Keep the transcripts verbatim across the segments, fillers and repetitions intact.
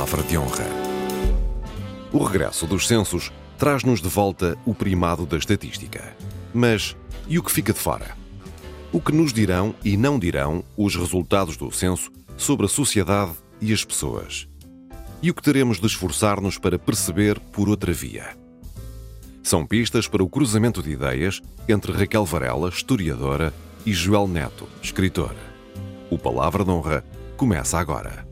Palavra de Honra. O regresso dos censos traz-nos de volta o primado da estatística. Mas e o que fica de fora? O que nos dirão e não dirão os resultados do censo sobre a sociedade e as pessoas? E o que teremos de esforçar-nos para perceber por outra via? São pistas para o cruzamento de ideias entre Raquel Varela, historiadora, e Joel Neto, escritor. O Palavra de Honra começa agora.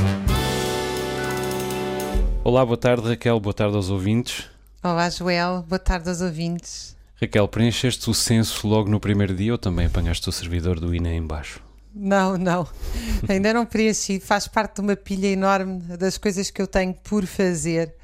Olá, boa tarde Raquel, boa tarde aos ouvintes. Olá Joel, boa tarde aos ouvintes. Raquel, preencheste o censo logo no primeiro dia ou também apanhaste o servidor do I N E em baixo? Não, não, ainda não preenchi, faz parte de uma pilha enorme das coisas que eu tenho por fazer.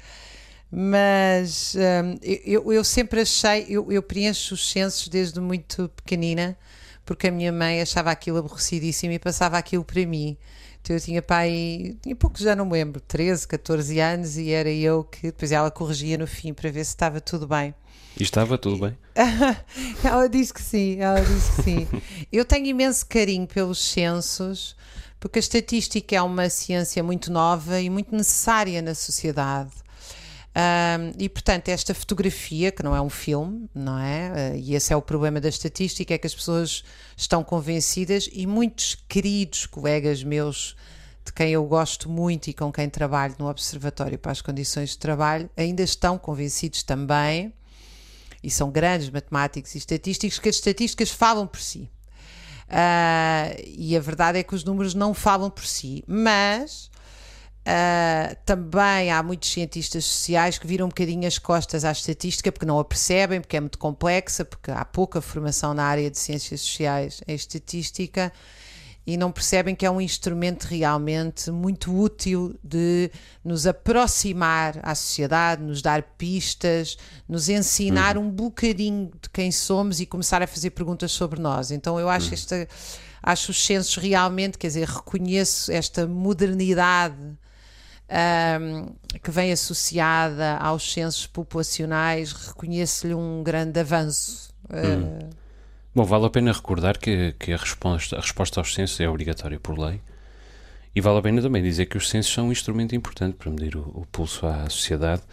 Mas hum, eu, eu sempre achei, eu, eu preencho os censos desde muito pequenina, porque a minha mãe achava aquilo aborrecidíssimo e passava aquilo para mim. Então eu tinha pai, tinha pouco, já não me lembro, treze, catorze anos, e era eu que depois ela corrigia no fim para ver se estava tudo bem. E estava tudo bem? Ela disse que sim, ela disse que sim. Eu tenho imenso carinho pelos censos, porque a estatística é uma ciência muito nova e muito necessária na sociedade. Um, e portanto esta fotografia, que não é um filme, não é? Uh, e esse é o problema da estatística, é que as pessoas estão convencidas, e muitos queridos colegas meus de quem eu gosto muito e com quem trabalho no Observatório para as Condições de Trabalho ainda estão convencidos também, e são grandes matemáticos e estatísticos, que as estatísticas falam por si. Uh, e a verdade é que os números não falam por si, mas Uh, também há muitos cientistas sociais que viram um bocadinho as costas à estatística porque não a percebem, porque é muito complexa, porque há pouca formação na área de ciências sociais em estatística, e não percebem que é um instrumento realmente muito útil de nos aproximar à sociedade, nos dar pistas, nos ensinar uhum. um bocadinho de quem somos e começar a fazer perguntas sobre nós. Então eu acho uhum. esta, acho os censos realmente, quer dizer, reconheço esta modernidade Um, que vem associada aos censos populacionais, reconheço-lhe um grande avanço. Hum. Uh... Bom, vale a pena recordar que, que a, resposta, a resposta aos censos é obrigatória por lei, e vale a pena também dizer que os censos são um instrumento importante para medir o, o pulso à sociedade.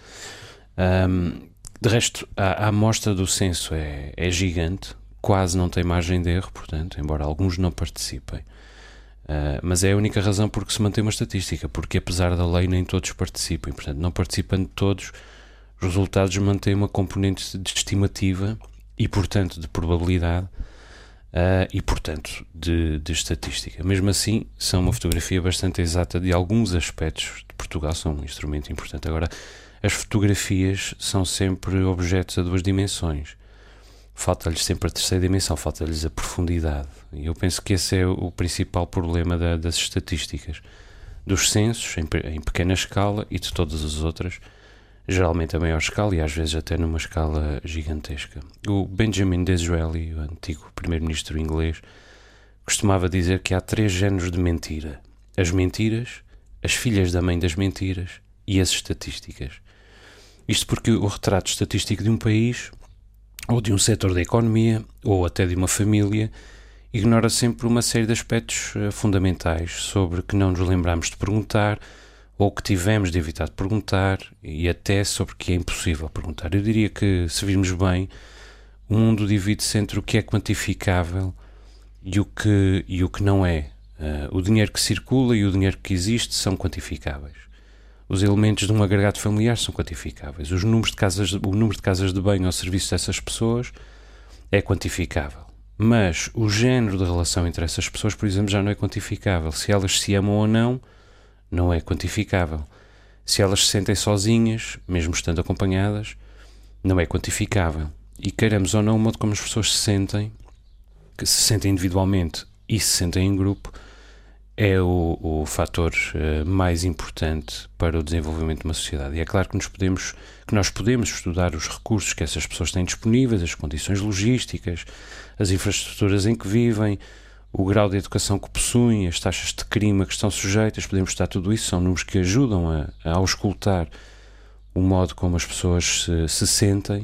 Um, de resto, a, a amostra do censo é, é gigante, quase não tem margem de erro, portanto, embora alguns não participem. Uh, mas é a única razão por que se mantém uma estatística, porque apesar da lei nem todos participam, e, portanto, não participando todos, os resultados mantêm uma componente de estimativa e, portanto, de probabilidade uh, e, portanto, de, de estatística. Mesmo assim, são uma fotografia bastante exata de alguns aspectos de Portugal, são um instrumento importante. Agora, as fotografias são sempre objetos a duas dimensões. Falta-lhes sempre a terceira dimensão, falta-lhes a profundidade. E eu penso que esse é o principal problema da, das estatísticas, dos censos, em, em pequena escala, e de todas as outras, geralmente a maior escala e às vezes até numa escala gigantesca. O Benjamin Disraeli, o antigo primeiro-ministro inglês, costumava dizer que há três géneros de mentira: as mentiras, as filhas da mãe das mentiras e as estatísticas. Isto porque o retrato estatístico de um país, ou de um setor da economia, ou até de uma família, ignora sempre uma série de aspectos uh, fundamentais sobre que não nos lembramos de perguntar, ou que tivemos de evitar de perguntar, e até sobre que é impossível perguntar. Eu diria que, se virmos bem, o mundo divide-se entre o que é quantificável e o que, e o que não é. Uh, o dinheiro que circula e o dinheiro que existe são quantificáveis. Os elementos de um agregado familiar são quantificáveis. Os números de casas, o número de casas de banho ao serviço dessas pessoas é quantificável. Mas o género de relação entre essas pessoas, por exemplo, já não é quantificável. Se elas se amam ou não, não é quantificável. Se elas se sentem sozinhas, mesmo estando acompanhadas, não é quantificável. E queiramos ou não, o modo como as pessoas se sentem, que se sentem individualmente e se sentem em grupo, é o, o fator uh, mais importante para o desenvolvimento de uma sociedade. E é claro que, nos podemos, que nós podemos estudar os recursos que essas pessoas têm disponíveis, as condições logísticas, as infraestruturas em que vivem, o grau de educação que possuem, as taxas de crime a que estão sujeitas. Podemos estudar tudo isso, são números que ajudam a, a auscultar o modo como as pessoas se, se sentem,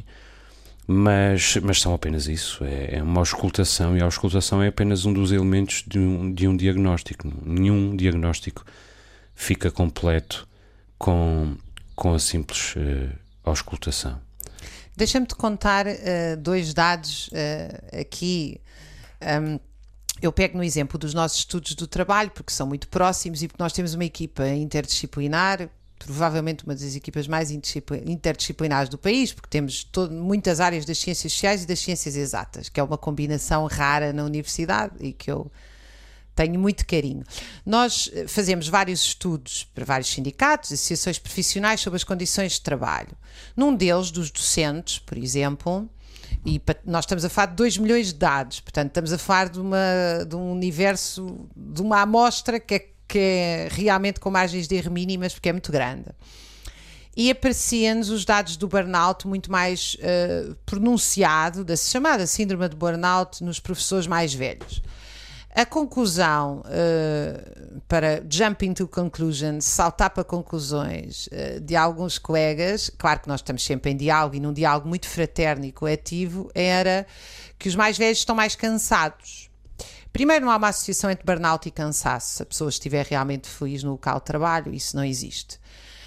Mas, mas são apenas isso, é, é uma auscultação, e a auscultação é apenas um dos elementos de um, de um diagnóstico. Nenhum diagnóstico fica completo com, com a simples uh, auscultação. Deixa-me-te contar uh, dois dados uh, aqui. Um, eu pego no exemplo dos nossos estudos do trabalho, porque são muito próximos e porque nós temos uma equipa interdisciplinar, provavelmente uma das equipas mais interdisciplinares do país, porque temos todo, muitas áreas das ciências sociais e das ciências exatas, que é uma combinação rara na universidade e que eu tenho muito carinho. Nós fazemos vários estudos para vários sindicatos, associações profissionais sobre as condições de trabalho. Num deles, dos docentes, por exemplo, e nós estamos a falar de dois milhões de dados, portanto estamos a falar de, uma, de um universo, de uma amostra que é, que é realmente com margens de erro mínimas, porque é muito grande. E apareciam-nos os dados do burnout muito mais uh, pronunciado, da chamada síndrome de burnout nos professores mais velhos. A conclusão, uh, para jump into conclusions, saltar para conclusões uh, de alguns colegas, claro que nós estamos sempre em diálogo e num diálogo muito fraterno e coletivo, era que os mais velhos estão mais cansados. Primeiro, não há uma associação entre burnout e cansaço. Se a pessoa estiver realmente feliz no local de trabalho, isso não existe.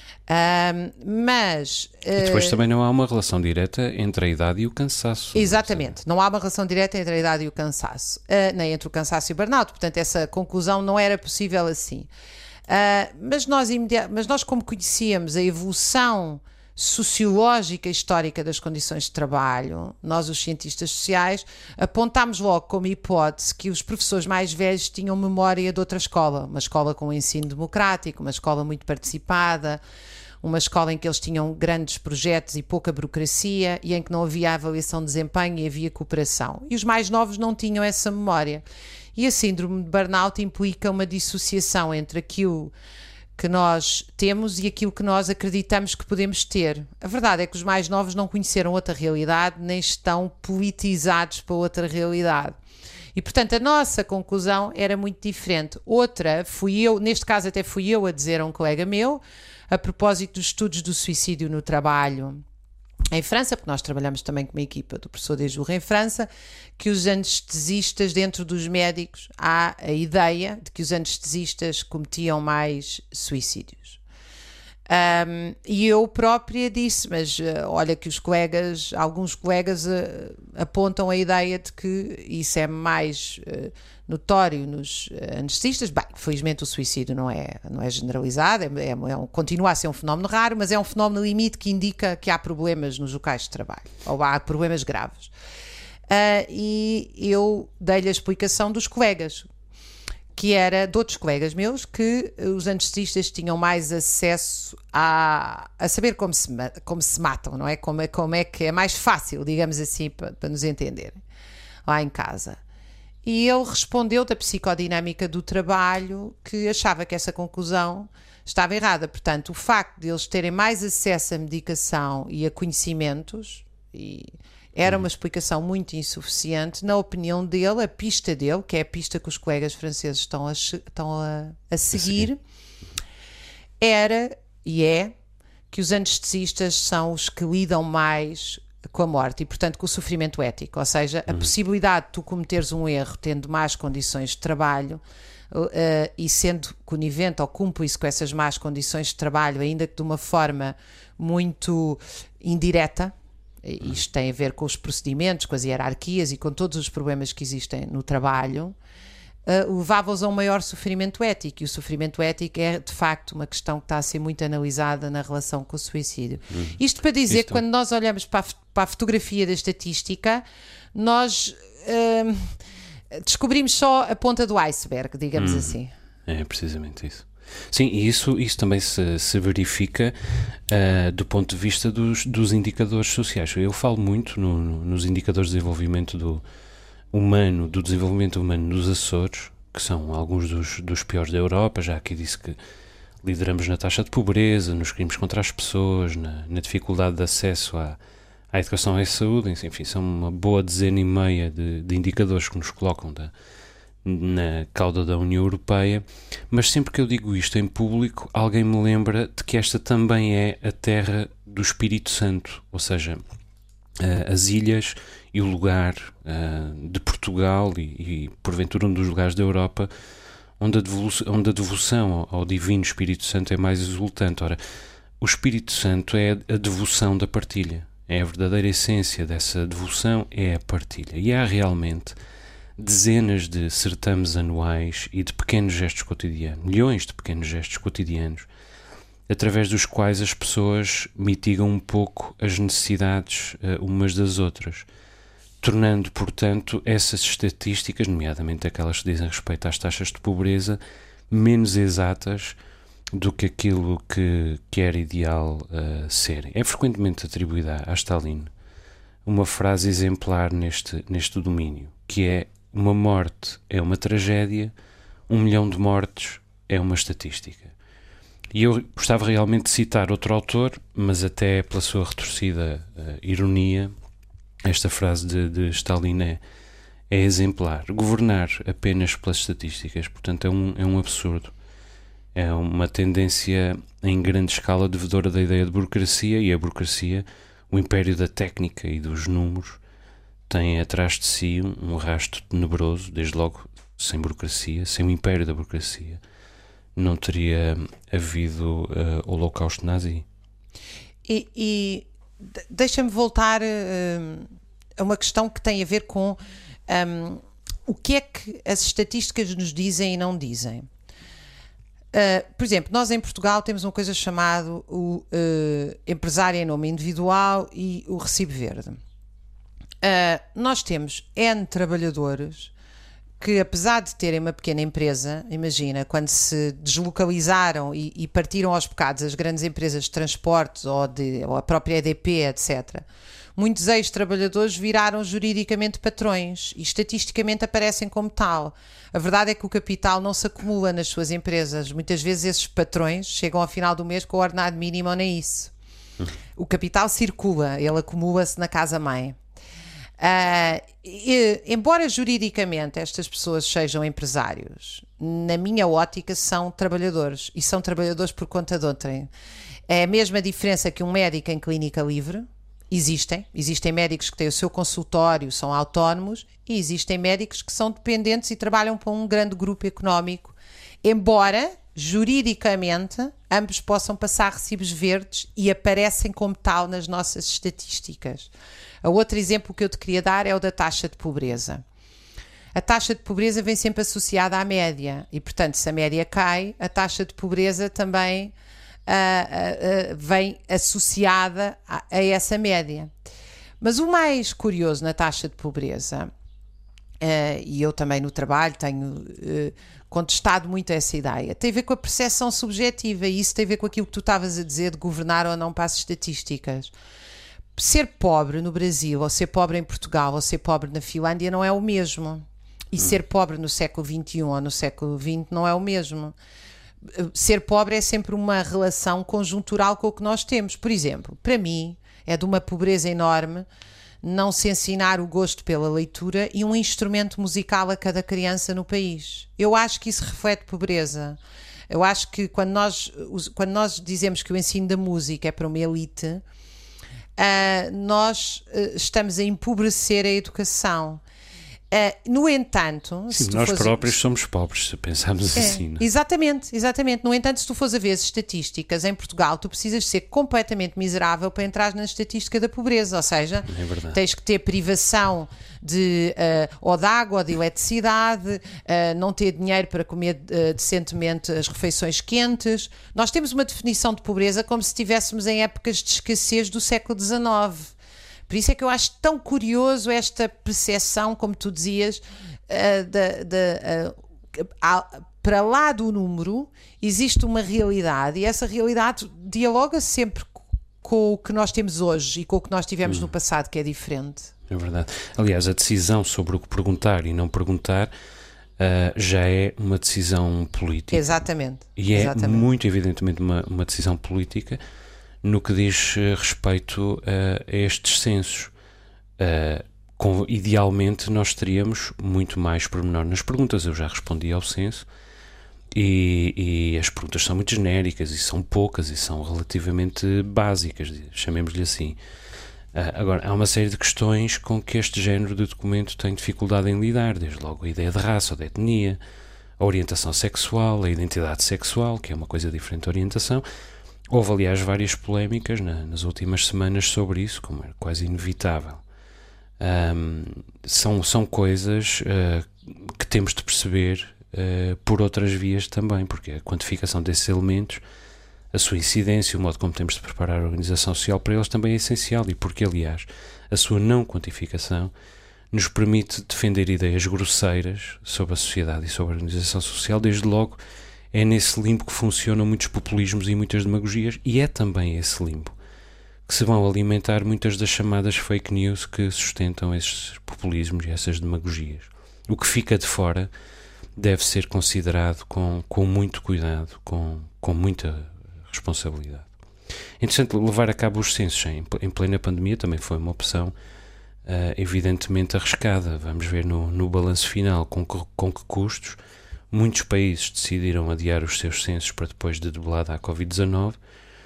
Um, mas e depois uh, também não há uma relação direta entre a idade e o cansaço. Exatamente, não há uma relação direta entre a idade e o cansaço, uh, nem entre o cansaço e o burnout, portanto essa conclusão não era possível assim. Uh, mas, nós mas nós como conhecíamos a evolução sociológica e histórica das condições de trabalho, nós os cientistas sociais apontámos logo como hipótese que os professores mais velhos tinham memória de outra escola, uma escola com ensino democrático, uma escola muito participada, uma escola em que eles tinham grandes projetos e pouca burocracia e em que não havia avaliação de desempenho e havia cooperação. E os mais novos não tinham essa memória. E a síndrome de burnout implica uma dissociação entre aquilo que nós temos e aquilo que nós acreditamos que podemos ter. A verdade é que os mais novos não conheceram outra realidade, nem estão politizados para outra realidade. E, portanto, a nossa conclusão era muito diferente. Outra, fui eu, neste caso até fui eu a dizer a um colega meu, a propósito dos estudos do suicídio no trabalho em França, porque nós trabalhamos também com uma equipa do professor Dejour em França, que os anestesistas, dentro dos médicos, há a ideia de que os anestesistas cometiam mais suicídios. Um, e eu própria disse, mas uh, olha que os colegas, alguns colegas uh, apontam a ideia de que isso é mais uh, notório nos uh, anestesistas. Bem, felizmente o suicídio não é, não é generalizado, é, é, é um, continua a ser um fenómeno raro, mas é um fenómeno limite que indica que há problemas nos locais de trabalho, ou há problemas graves. Uh, e eu dei-lhe a explicação dos colegas, que era de outros colegas meus, que os anestesistas tinham mais acesso a, a saber como se, como se matam, não é? Como, é? como é que é mais fácil, digamos assim, para, para nos entenderem, lá em casa. E ele respondeu da psicodinâmica do trabalho que achava que essa conclusão estava errada. Portanto, o facto de eles terem mais acesso à medicação e a conhecimentos... e era uma explicação muito insuficiente. Na opinião dele, a pista dele, que é a pista que os colegas franceses estão a, estão a, a seguir, era e é que os anestesistas são os que lidam mais com a morte e, portanto, com o sofrimento ético. Ou seja, a uhum. possibilidade de tu cometeres um erro tendo más condições de trabalho uh, e sendo conivente ou cúmplice com essas más condições de trabalho, ainda que de uma forma muito indireta. Isto tem a ver com os procedimentos, com as hierarquias e com todos os problemas que existem no trabalho, uh, levava-os a um maior sofrimento ético. E o sofrimento ético é, de facto, uma questão que está a ser muito analisada na relação com o suicídio. Hum. Isto para dizer Isto. que quando nós olhamos para a, para a fotografia da estatística, nós uh, descobrimos só a ponta do iceberg, digamos hum. assim. É precisamente isso. Sim, e isso, isso também se, se verifica uh, do ponto de vista dos, dos indicadores sociais. Eu falo muito no, no, nos indicadores de desenvolvimento do humano, do desenvolvimento humano nos Açores, que são alguns dos, dos piores da Europa. Já aqui disse que lideramos na taxa de pobreza, nos crimes contra as pessoas, na, na dificuldade de acesso à, à educação e à saúde. Enfim, são uma boa dezena e meia de, de indicadores que nos colocam da na cauda da União Europeia, mas sempre que eu digo isto em público, alguém me lembra de que esta também é a terra do Espírito Santo, ou seja, uh, as ilhas e o lugar uh, de Portugal e, e, porventura, um dos lugares da Europa onde a devoção, onde a devoção ao, ao Divino Espírito Santo é mais exultante. Ora, o Espírito Santo é a devoção da partilha. É a verdadeira essência dessa devoção, é a partilha. E há realmente dezenas de certames anuais e de pequenos gestos cotidianos, milhões de pequenos gestos cotidianos, através dos quais as pessoas mitigam um pouco as necessidades uh, umas das outras, tornando, portanto, essas estatísticas, nomeadamente aquelas que dizem respeito às taxas de pobreza, menos exatas do que aquilo que, que era ideal uh, serem. É frequentemente atribuída a Stalin uma frase exemplar neste, neste domínio, que é: uma morte é uma tragédia, um milhão de mortes é uma estatística. E eu gostava realmente de citar outro autor, mas até pela sua retorcida uh, ironia, esta frase de, de Stalin é, é exemplar. Governar apenas pelas estatísticas, portanto, é um, é um absurdo. É uma tendência em grande escala devedora da ideia de burocracia, e a burocracia, o império da técnica e dos números, tem atrás de si um, um rasto tenebroso. Desde logo, sem burocracia, sem o império da burocracia, não teria havido uh, o holocausto nazi. E, e deixa-me voltar uh, a uma questão que tem a ver com um, o que é que as estatísticas nos dizem e não dizem. Uh, por exemplo, nós em Portugal temos uma coisa chamada o uh, empresário em nome individual e o recibo verde. Uh, nós temos N trabalhadores que, apesar de terem uma pequena empresa, imagina, quando se deslocalizaram e, e partiram aos bocados as grandes empresas de transportes ou, de, ou a própria E D P, etcétera, muitos ex-trabalhadores viraram juridicamente patrões e estatisticamente aparecem como tal. A verdade é que o capital não se acumula nas suas empresas. Muitas vezes esses patrões chegam ao final do mês com o ordenado mínimo ou nem isso. O capital circula, ele acumula-se na casa-mãe. Uh, e, embora juridicamente estas pessoas sejam empresários, na minha ótica são trabalhadores, e são trabalhadores por conta de outrem. É a mesma diferença que um médico em clínica livre. Existem, existem médicos que têm o seu consultório, são autónomos, e existem médicos que são dependentes e trabalham para um grande grupo económico, embora juridicamente ambos possam passar recibos verdes e aparecem como tal nas nossas estatísticas. O outro exemplo que eu te queria dar é o da taxa de pobreza. A taxa de pobreza vem sempre associada à média e, portanto, se a média cai, a taxa de pobreza também uh, uh, uh, vem associada a, a essa média. Mas o mais curioso na taxa de pobreza, uh, e eu também no trabalho tenho uh, contestado muito essa ideia, tem a ver com a percepção subjetiva, e isso tem a ver com aquilo que tu estavas a dizer de governar ou não para as estatísticas. Ser pobre no Brasil, ou ser pobre em Portugal, ou ser pobre na Finlândia não é o mesmo. E hum. ser pobre no século vinte e um ou no século vinte não é o mesmo. Ser pobre é sempre uma relação conjuntural com o que nós temos. Por exemplo, para mim, é de uma pobreza enorme não se ensinar o gosto pela leitura e um instrumento musical a cada criança no país. Eu acho que isso reflete pobreza. Eu acho que quando nós, quando nós dizemos que o ensino da música é para uma elite, Uh, nós uh, estamos a empobrecer a educação. Uh, no entanto... Sim, se nós fores... próprios somos pobres, se pensarmos é, assim. Não? Exatamente, exatamente. No entanto, se tu fores a ver as estatísticas em Portugal, tu precisas ser completamente miserável para entrar na estatística da pobreza, ou seja, é tens que ter privação de, uh, ou de água ou de eletricidade, uh, não ter dinheiro para comer uh, decentemente as refeições quentes. Nós temos uma definição de pobreza como se estivéssemos em épocas de escassez do século dezenove. Por isso é que eu acho tão curioso esta percepção, como tu dizias, uh, de, de, uh, uh, para lá do número existe uma realidade, e essa realidade dialoga sempre com o que nós temos hoje e com o que nós tivemos hum. no passado, que é diferente. É verdade. Aliás, a decisão sobre o que perguntar e não perguntar uh, já é uma decisão política. Exatamente. E é Exatamente. muito evidentemente uma, uma decisão política no que diz respeito uh, a estes censos. Uh, com, idealmente nós teríamos muito mais pormenor nas perguntas. Eu já respondi ao censo e, e as perguntas são muito genéricas e são poucas e são relativamente básicas, chamemos-lhe assim. Uh, agora, há uma série de questões com que este género de documento tem dificuldade em lidar, desde logo a ideia de raça ou de etnia, a orientação sexual, a identidade sexual, que é uma coisa diferente da orientação. Houve, aliás, várias polémicas na, nas últimas semanas sobre isso, como era quase inevitável. Um, são, são coisas uh, que temos de perceber uh, por outras vias também, porque a quantificação desses elementos, a sua incidência, o modo como temos de preparar a organização social para eles também é essencial, e porque, aliás, a sua não quantificação nos permite defender ideias grosseiras sobre a sociedade e sobre a organização social. Desde logo, é nesse limbo que funcionam muitos populismos e muitas demagogias, e é também esse limbo que se vão alimentar muitas das chamadas fake news que sustentam esses populismos e essas demagogias. O que fica de fora deve ser considerado com, com muito cuidado, com, com muita responsabilidade. Interessante, levar a cabo os censos em, em plena pandemia também foi uma opção uh, evidentemente arriscada. Vamos ver no, no balanço final com que, com que custos. Muitos países decidiram adiar os seus censos para depois de debelada a covid dezanove.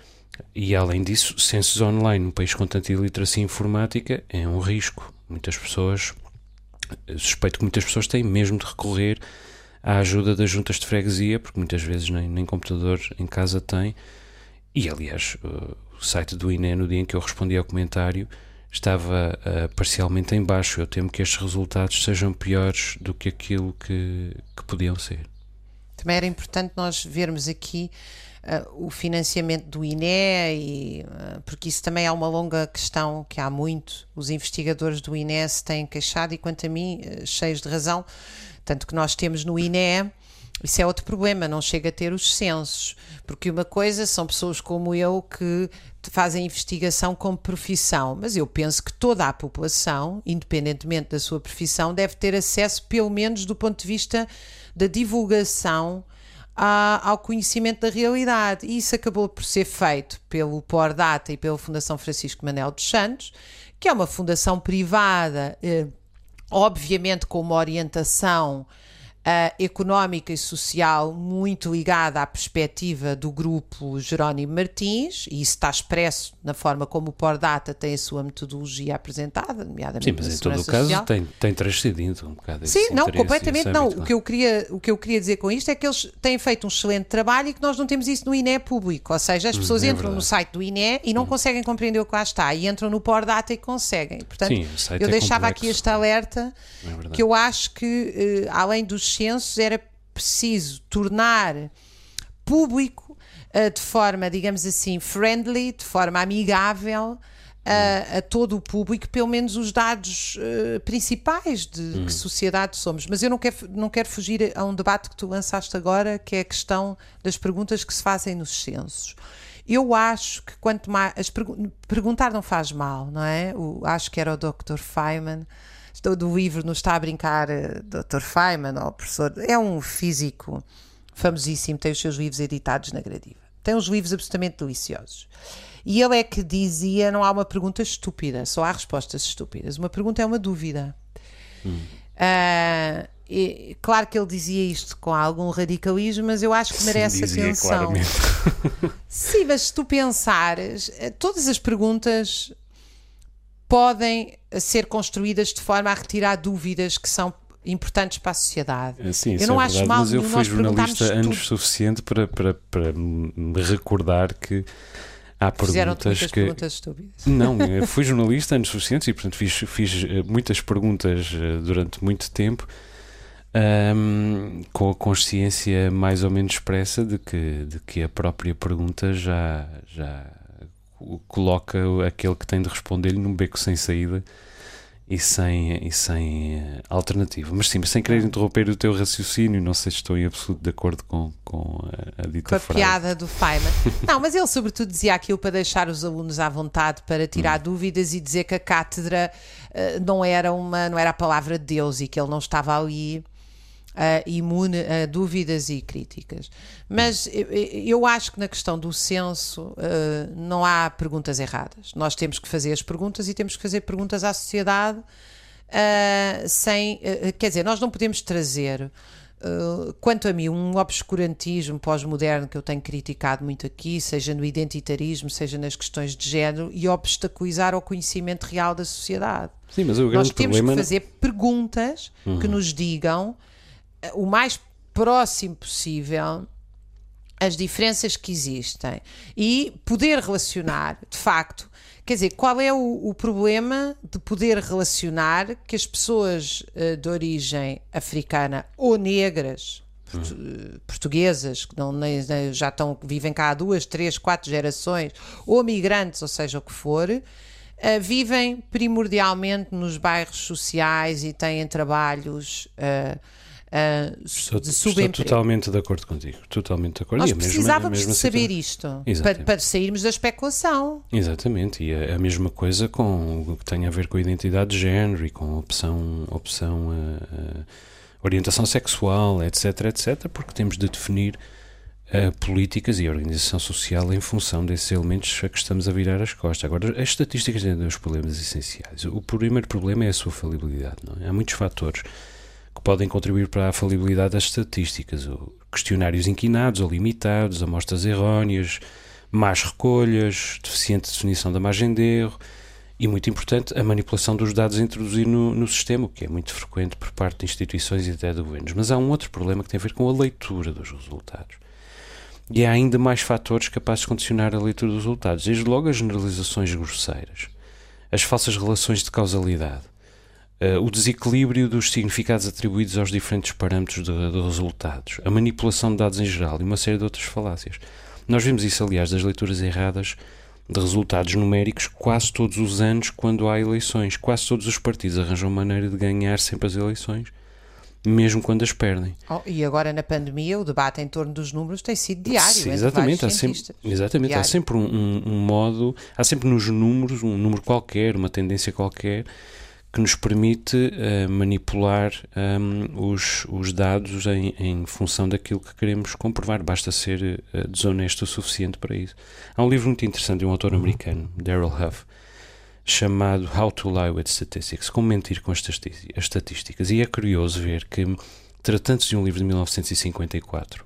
E, além disso, censos online num país com tanta iliteracia informática é um risco. Muitas pessoas, suspeito que muitas pessoas têm mesmo de recorrer à ajuda das juntas de freguesia, porque muitas vezes nem, nem computador em casa têm. E, aliás, o site do I N E, no dia em que eu respondi ao comentário, estava uh, parcialmente em baixo. Eu temo que estes resultados sejam piores do que aquilo que, que podiam ser. Também era importante nós vermos aqui Uh, o financiamento do I N E, e, uh, porque isso também é uma longa questão que há muito. Os investigadores do I N E se têm queixado, e quanto a mim, uh, cheios de razão, tanto que nós temos no I N E, isso é outro problema, não chega a ter os censos, porque uma coisa são pessoas como eu que fazem investigação como profissão, mas eu penso que toda a população, independentemente da sua profissão, deve ter acesso, pelo menos do ponto de vista da divulgação, ao conhecimento da realidade, e isso acabou por ser feito pelo Pordata e pela Fundação Francisco Manuel dos Santos, que é uma fundação privada, eh, obviamente com uma orientação uh, económica e social muito ligada à perspectiva do grupo Jerónimo Martins, e isso está expresso na forma como o Pordata tem a sua metodologia apresentada, nomeadamente. Sim, mas em todo o caso tem, tem transcendido um bocado esse Sim, não, interesse, completamente não. O que, eu queria, o que eu queria dizer com isto é que eles têm feito um excelente trabalho e que nós não temos isso no I N E público, ou seja, as pessoas hum, é entram verdade. no site do I N E e não hum. conseguem compreender o que lá está, e entram no Pordata e conseguem. Portanto, Sim, eu é deixava complexo. aqui este alerta, é que eu acho que, uh, além dos censos, era preciso tornar público uh, de forma, digamos assim, friendly, de forma amigável a, a todo o público, pelo menos os dados uh, principais de hum. que sociedade somos. Mas eu não quero, não quero fugir a um debate que tu lançaste agora, que é a questão das perguntas que se fazem nos censos. Eu acho que quanto mais as pergu- perguntar não faz mal, não é? O, acho que era o doutor Feynman do livro Não Está a Brincar, doutor Feynman, ou professor, é um físico famosíssimo, tem os seus livros editados na Gradiva, tem uns livros absolutamente deliciosos, e ele é que dizia: não há uma pergunta estúpida, só há respostas estúpidas. Uma pergunta é uma dúvida. hum. uh, e, claro que ele dizia isto com algum radicalismo, mas eu acho que merece Sim, atenção. Sim, mas se tu pensares, todas as perguntas podem ser construídas de forma a retirar dúvidas que são importantes para a sociedade. Sim, eu não é acho verdade, mal, mas eu fui jornalista anos tudo. suficiente para, para, para me recordar que há Fizeram-te perguntas muitas que... perguntas estúpidas. Não, eu fui jornalista anos suficientes e, portanto, fiz, fiz muitas perguntas durante muito tempo, um, com a consciência mais ou menos expressa de que, de que a própria pergunta já... já coloca aquele que tem de responder-lhe num beco sem saída e sem, e sem uh, alternativa. Mas sim, mas sem querer interromper o teu raciocínio, não sei se estou em absoluto de acordo com, com a, a dita com a frase. piada do Feynman. Não, mas ele sobretudo dizia aquilo para deixar os alunos à vontade, para tirar hum. dúvidas, e dizer que a cátedra uh, não era uma, não era a palavra de Deus, e que ele não estava ali Uh, imune a dúvidas e críticas. Mas eu, eu acho que na questão do censo uh, não há perguntas erradas. Nós temos que fazer as perguntas e temos que fazer perguntas à sociedade uh, sem... Uh, quer dizer, nós não podemos trazer, uh, quanto a mim, um obscurantismo pós-moderno que eu tenho criticado muito aqui, seja no identitarismo, seja nas questões de género, e obstaculizar o conhecimento real da sociedade. Sim, mas o grande nós temos problema... que fazer perguntas uhum. que nos digam o mais próximo possível as diferenças que existem e poder relacionar, de facto, quer dizer, qual é o, o problema de poder relacionar que as pessoas uh, de origem africana ou negras, portu hum. portuguesas, que não, nem, nem, já estão, vivem cá há duas, três, quatro gerações, ou migrantes, ou seja, o que for, uh, vivem primordialmente nos bairros sociais e têm trabalhos uh, Uh, estou, de estou totalmente de acordo contigo, totalmente de acordo. Nós e a precisávamos mesma, a mesma de saber situação. isto para, para sairmos da especulação. Exatamente, e a, a mesma coisa com o que tem a ver com a identidade de género e com a opção, opção a, a orientação sexual, etc, etc, porque temos de definir a políticas e a organização social em função desses elementos a que estamos a virar as costas. Agora, as estatísticas têm dois problemas essenciais. O primeiro problema é a sua falibilidade, não é? Há muitos fatores que podem contribuir para a falibilidade das estatísticas, questionários inquinados ou limitados, amostras erróneas, más recolhas, deficiente definição da margem de erro e, muito importante, a manipulação dos dados a introduzir no, no sistema, o que é muito frequente por parte de instituições e até de governos. Mas há um outro problema que tem a ver com a leitura dos resultados. E há ainda mais fatores capazes de condicionar a leitura dos resultados, desde logo as generalizações grosseiras, as falsas relações de causalidade, Uh, o desequilíbrio dos significados atribuídos aos diferentes parâmetros de, de resultados, a manipulação de dados em geral e uma série de outras falácias. Nós vimos isso, aliás, das leituras erradas de resultados numéricos quase todos os anos quando há eleições. Quase todos os partidos arranjam maneira de ganhar sempre as eleições, mesmo quando as perdem. Oh, e agora na pandemia o debate em torno dos números tem sido diário. Sim, exatamente, há sempre, exatamente diário. Há sempre um, um, um modo, há sempre nos números, um número qualquer, uma tendência qualquer, que nos permite uh, manipular um, os, os dados em, em função daquilo que queremos comprovar. Basta ser uh, desonesto o suficiente para isso. Há um livro muito interessante de um autor americano, Darrell Huff, chamado How to Lie with Statistics, Como Mentir com as Estatísticas. E é curioso ver que, tratando-se de um livro de mil novecentos e cinquenta e quatro,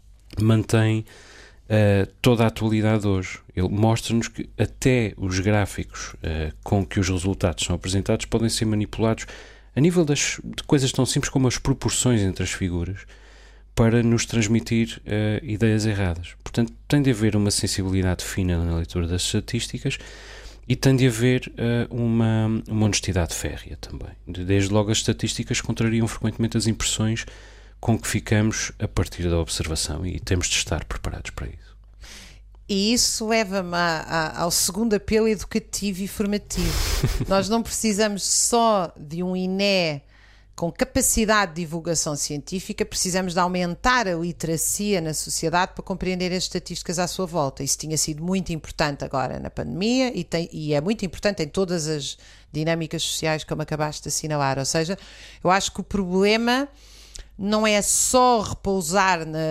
mantém Uh, toda a atualidade hoje. Ele mostra-nos que até os gráficos uh, com que os resultados são apresentados podem ser manipulados a nível das, de coisas tão simples como as proporções entre as figuras para nos transmitir uh, ideias erradas. Portanto, tem de haver uma sensibilidade fina na leitura das estatísticas e tem de haver uh, uma, uma honestidade férrea também. Desde logo, as estatísticas contrariam frequentemente as impressões com que ficamos a partir da observação e temos de estar preparados para isso. E isso leva-me a, a, ao segundo apelo educativo e formativo. Nós não precisamos só de um I N E com capacidade de divulgação científica, precisamos de aumentar a literacia na sociedade para compreender as estatísticas à sua volta. Isso tinha sido muito importante agora na pandemia e, tem, e é muito importante em todas as dinâmicas sociais como acabaste de assinalar. Ou seja, eu acho que o problema não é só repousar na,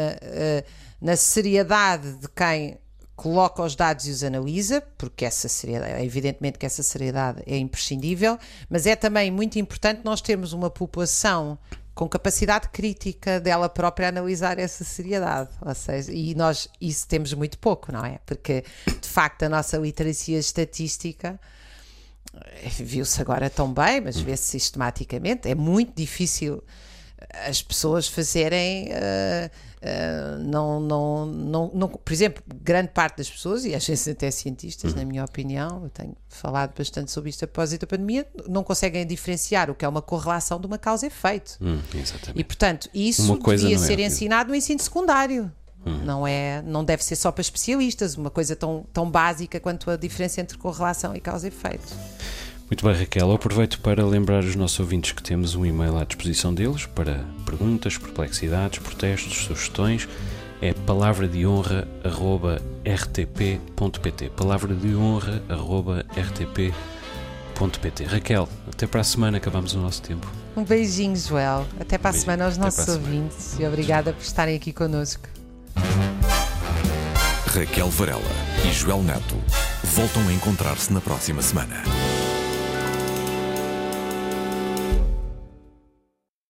na seriedade de quem coloca os dados e os analisa, porque essa seriedade, evidentemente que essa seriedade é imprescindível, mas é também muito importante nós termos uma população com capacidade crítica dela própria a analisar essa seriedade. Ou seja, e nós isso temos muito pouco, não é? Porque, de facto, a nossa literacia estatística viu-se agora tão bem, mas vê-se sistematicamente, é muito difícil as pessoas fazerem uh, uh, não, não, não, não, por exemplo, grande parte das pessoas, e às vezes até cientistas, uhum. na minha opinião, eu tenho falado bastante sobre isto após a pandemia, não conseguem diferenciar o que é uma correlação de uma causa e efeito. Hum, exatamente. E portanto, isso devia ser é ensinado no ensino secundário. Uhum. Não, é, não deve ser só para especialistas, uma coisa tão, tão básica quanto a diferença entre correlação e causa e efeito. Muito bem, Raquel. Eu aproveito para lembrar os nossos ouvintes que temos um e-mail à disposição deles para perguntas, perplexidades, protestos, sugestões. É palavra de honra arroba r t p ponto p t. palavra de honra arroba r t p ponto p t. Raquel, até para a semana, acabamos o nosso tempo. Um beijinho, Joel. Até para um a semana aos nossos ouvintes e obrigada por estarem aqui connosco. Raquel Varela e Joel Neto voltam a encontrar-se na próxima semana.